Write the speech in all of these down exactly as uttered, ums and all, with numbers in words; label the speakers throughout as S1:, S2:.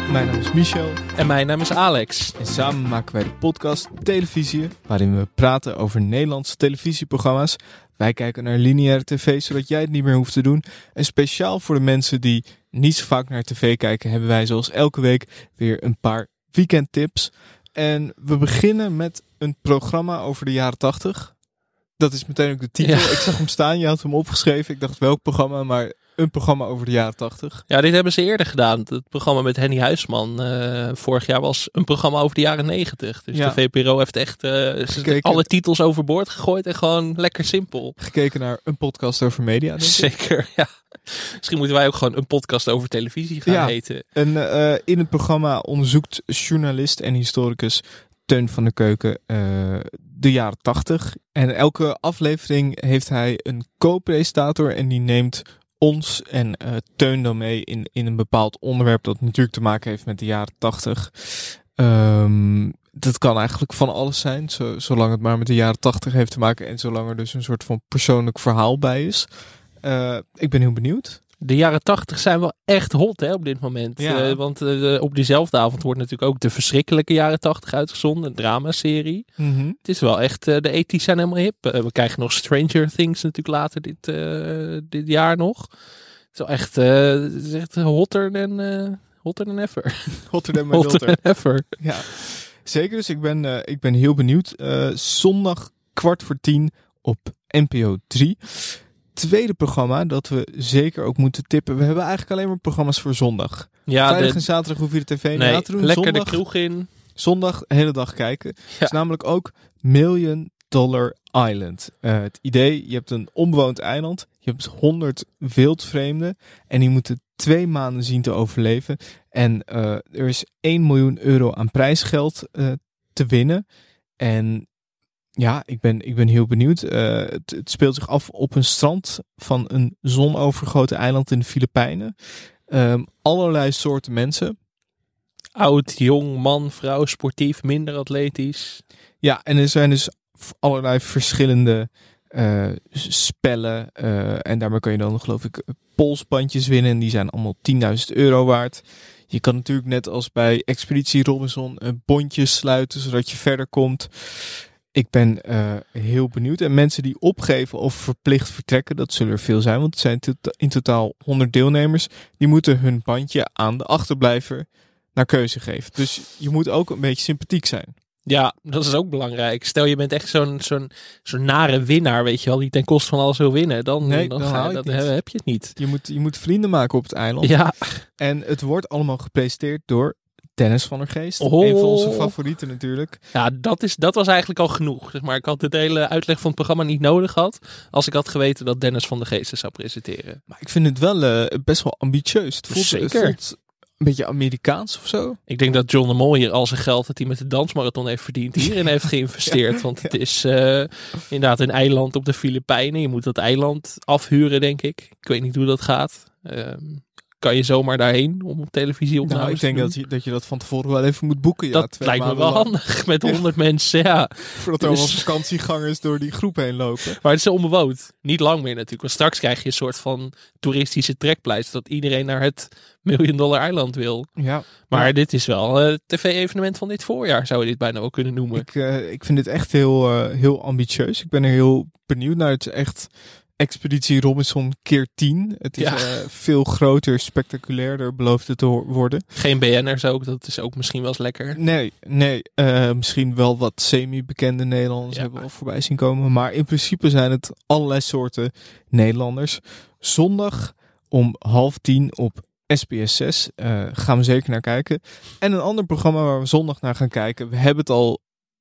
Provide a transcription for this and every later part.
S1: Mijn naam is Michel.
S2: En mijn naam is Alex.
S1: En samen maken wij de podcast Televisie, waarin we praten over Nederlandse televisieprogramma's. Wij kijken naar lineaire tv, zodat jij het niet meer hoeft te doen. En speciaal voor de mensen die niet zo vaak naar tv kijken, hebben wij zoals elke week weer een paar weekendtips. En we beginnen met een programma over de jaren tachtig. Dat is meteen ook de titel. Ja. Ik zag hem staan, je had hem opgeschreven. Ik dacht welk programma, maar een programma over de jaren tachtig.
S2: Ja, dit hebben ze eerder gedaan. Het programma met Henny Huisman uh, vorig jaar was een programma over de jaren negentig. Dus ja. De V P R O heeft echt uh, alle titels overboord gegooid en gewoon lekker simpel.
S1: Gekeken naar een podcast over media, denk ik.
S2: Zeker, ja. Misschien moeten wij ook gewoon een podcast over televisie gaan
S1: ja.
S2: heten.
S1: En uh, in het programma onderzoekt journalist en historicus Teun van der Keuken uh, de jaren tachtig. En elke aflevering heeft hij een co-presentator en die neemt ons en uh, Teun dan mee in, in een bepaald onderwerp dat natuurlijk te maken heeft met de jaren tachtig. Um, dat kan eigenlijk van alles zijn, zo, zolang het maar met de jaren tachtig heeft te maken en zolang er dus een soort van persoonlijk verhaal bij is. Uh, ik ben heel benieuwd.
S2: De jaren tachtig zijn wel echt hot hè, op dit moment.
S1: Ja.
S2: Uh, want uh, op diezelfde avond wordt natuurlijk ook de verschrikkelijke jaren tachtig uitgezonden. Een dramaserie.
S1: Mm-hmm. Het
S2: is wel echt, uh, de ethisch zijn helemaal hip. Uh, we krijgen nog Stranger Things natuurlijk later dit, uh, dit jaar nog. Het is wel echt, uh, het is echt hotter dan, uh, hotter than ever.
S1: Hotter dan my
S2: hotter
S1: daughter.
S2: Than ever.
S1: Ja, zeker. Dus ik ben, uh, ik ben heel benieuwd. Uh, zondag kwart voor tien op N P O drie. Tweede programma dat we zeker ook moeten tippen. We hebben eigenlijk alleen maar programma's voor zondag.
S2: Ja,
S1: Vrijdag
S2: de...
S1: en zaterdag hoef je de tv niet
S2: nee,
S1: aan te doen.
S2: Lekker
S1: zondag,
S2: de kroeg in.
S1: Zondag de hele dag kijken.
S2: Ja.
S1: Het is namelijk ook Million Dollar Island. Uh, het idee, je hebt een onbewoond eiland. Je hebt honderd wildvreemden. En die moeten twee maanden zien te overleven. En uh, er is één miljoen euro aan prijsgeld uh, te winnen. En ja, ik ben, ik ben heel benieuwd. Uh, het, het speelt zich af op een strand van een zonovergoten eiland in de Filipijnen. Um, allerlei soorten mensen.
S2: Oud, jong, man, vrouw, sportief, minder atletisch.
S1: Ja, en er zijn dus allerlei verschillende uh, spellen. Uh, en daarmee kan je dan, geloof ik, polsbandjes winnen. En die zijn allemaal tienduizend euro waard. Je kan natuurlijk net als bij Expeditie Robinson een bondjes sluiten, zodat je verder komt. Ik ben uh, heel benieuwd. En mensen die opgeven of verplicht vertrekken, dat zullen er veel zijn. Want het zijn to- in totaal honderd deelnemers. Die moeten hun bandje aan de achterblijver naar keuze geven. Dus je moet ook een beetje sympathiek zijn.
S2: Ja, dat is ook belangrijk. Stel je bent echt zo'n, zo'n, zo'n nare winnaar, weet je wel, die ten koste van alles wil winnen. Dan,
S1: nee,
S2: dan,
S1: dan
S2: ga je, dat, heb je het niet.
S1: Je moet, je moet vrienden maken op het eiland.
S2: Ja.
S1: En het wordt allemaal gepresenteerd door Dennis van der Geest.
S2: Oh.
S1: Een van onze favorieten natuurlijk.
S2: Ja, dat, is, dat was eigenlijk al genoeg. Zeg maar, ik had de hele uitleg van het programma niet nodig gehad als ik had geweten dat Dennis van der Geest zou presenteren.
S1: Maar ik vind het wel uh, best wel ambitieus. Het voelt,
S2: Zeker.
S1: Het voelt een beetje Amerikaans of zo.
S2: Ik denk dat John de Mol hier al zijn geld dat hij met de dansmarathon heeft verdiend hierin heeft geïnvesteerd. Ja, want het ja. is uh, inderdaad een eiland op de Filipijnen. Je moet dat eiland afhuren, denk ik. Ik weet niet hoe dat gaat. Um, Kan je zomaar daarheen om op televisie opnames
S1: nou, ik denk
S2: te
S1: dat je, dat je dat van tevoren wel even moet boeken. Ja,
S2: dat lijkt me wel lang. handig met honderd ja. mensen. Ja.
S1: Voordat er dus... allemaal vakantiegangers door die groep heen lopen.
S2: Maar het is onbewoond. Niet lang meer natuurlijk. Want straks krijg je een soort van toeristische trekpleister dat iedereen naar het Million Dollar Eiland wil.
S1: Ja.
S2: Maar
S1: ja.
S2: dit is wel het uh, tv-evenement van dit voorjaar, zou je dit bijna wel kunnen noemen.
S1: Ik, uh, ik vind dit echt heel, uh, heel ambitieus. Ik ben er heel benieuwd naar. Het is echt Expeditie Robinson keer tien. Het is ja. uh, veel groter, spectaculairder, belooft het te ho- worden.
S2: Geen B N'ers ook, dat is ook misschien wel eens lekker.
S1: Nee, nee uh, misschien wel wat semi-bekende Nederlanders ja. hebben we al voorbij zien komen. Maar in principe zijn het allerlei soorten Nederlanders. Zondag om half tien op S B S zes uh, gaan we zeker naar kijken. En een ander programma waar we zondag naar gaan kijken. We hebben het al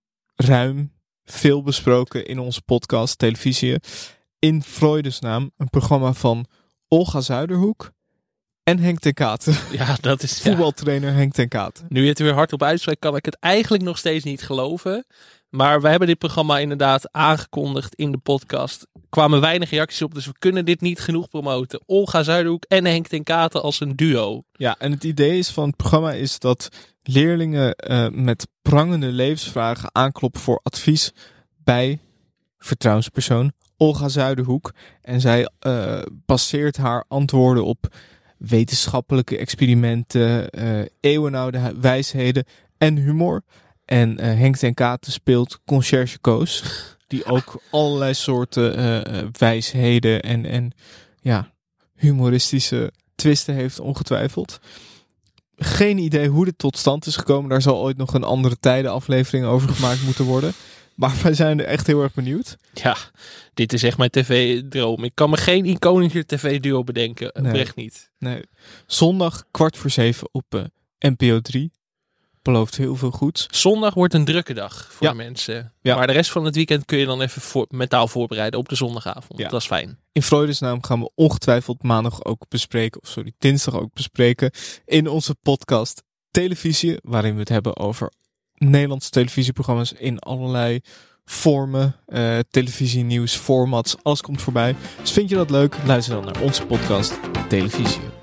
S1: ruim veel besproken in onze podcast, televisie. In Freudesnaam, een programma van Olga Zuiderhoek en Henk ten Katen.
S2: Ja, dat is
S1: voetbaltrainer ja. Henk ten Katen.
S2: Nu je het weer hardop uitspreekt, kan ik het eigenlijk nog steeds niet geloven. Maar we hebben dit programma inderdaad aangekondigd in de podcast. Er kwamen weinig reacties op, dus we kunnen dit niet genoeg promoten. Olga Zuiderhoek en Henk ten Katen als een duo.
S1: Ja, en het idee is van het programma is dat leerlingen uh, met prangende levensvragen aankloppen voor advies bij vertrouwenspersoon Olga Zuiderhoek. En zij uh, baseert haar antwoorden op wetenschappelijke experimenten, uh, eeuwenoude wijsheden en humor. En uh, Henk ten Katen speelt Conciërge Koos, die ook allerlei soorten uh, wijsheden en, en ja, humoristische twisten heeft, ongetwijfeld. Geen idee hoe dit tot stand is gekomen. Daar zal ooit nog een andere tijden aflevering over gemaakt moeten worden. Maar wij zijn er echt heel erg benieuwd.
S2: Ja, dit is echt mijn tv-droom. Ik kan me geen iconischer tv-duo bedenken.
S1: Nee.
S2: Oprecht niet.
S1: Nee. Zondag kwart voor zeven op uh, N P O drie. Belooft heel veel goeds.
S2: Zondag wordt een drukke dag voor
S1: Ja.
S2: mensen.
S1: Ja.
S2: Maar de rest van het weekend kun je dan even voor, mentaal voorbereiden op de zondagavond.
S1: Ja.
S2: Dat is fijn.
S1: In Freudesnaam gaan we ongetwijfeld maandag ook bespreken, of sorry, dinsdag ook bespreken in onze podcast Televisie, waarin we het hebben over Nederlandse televisieprogramma's in allerlei vormen, uh, televisienieuws, formats, alles komt voorbij. Dus vind je dat leuk? Luister dan naar onze podcast Televisie.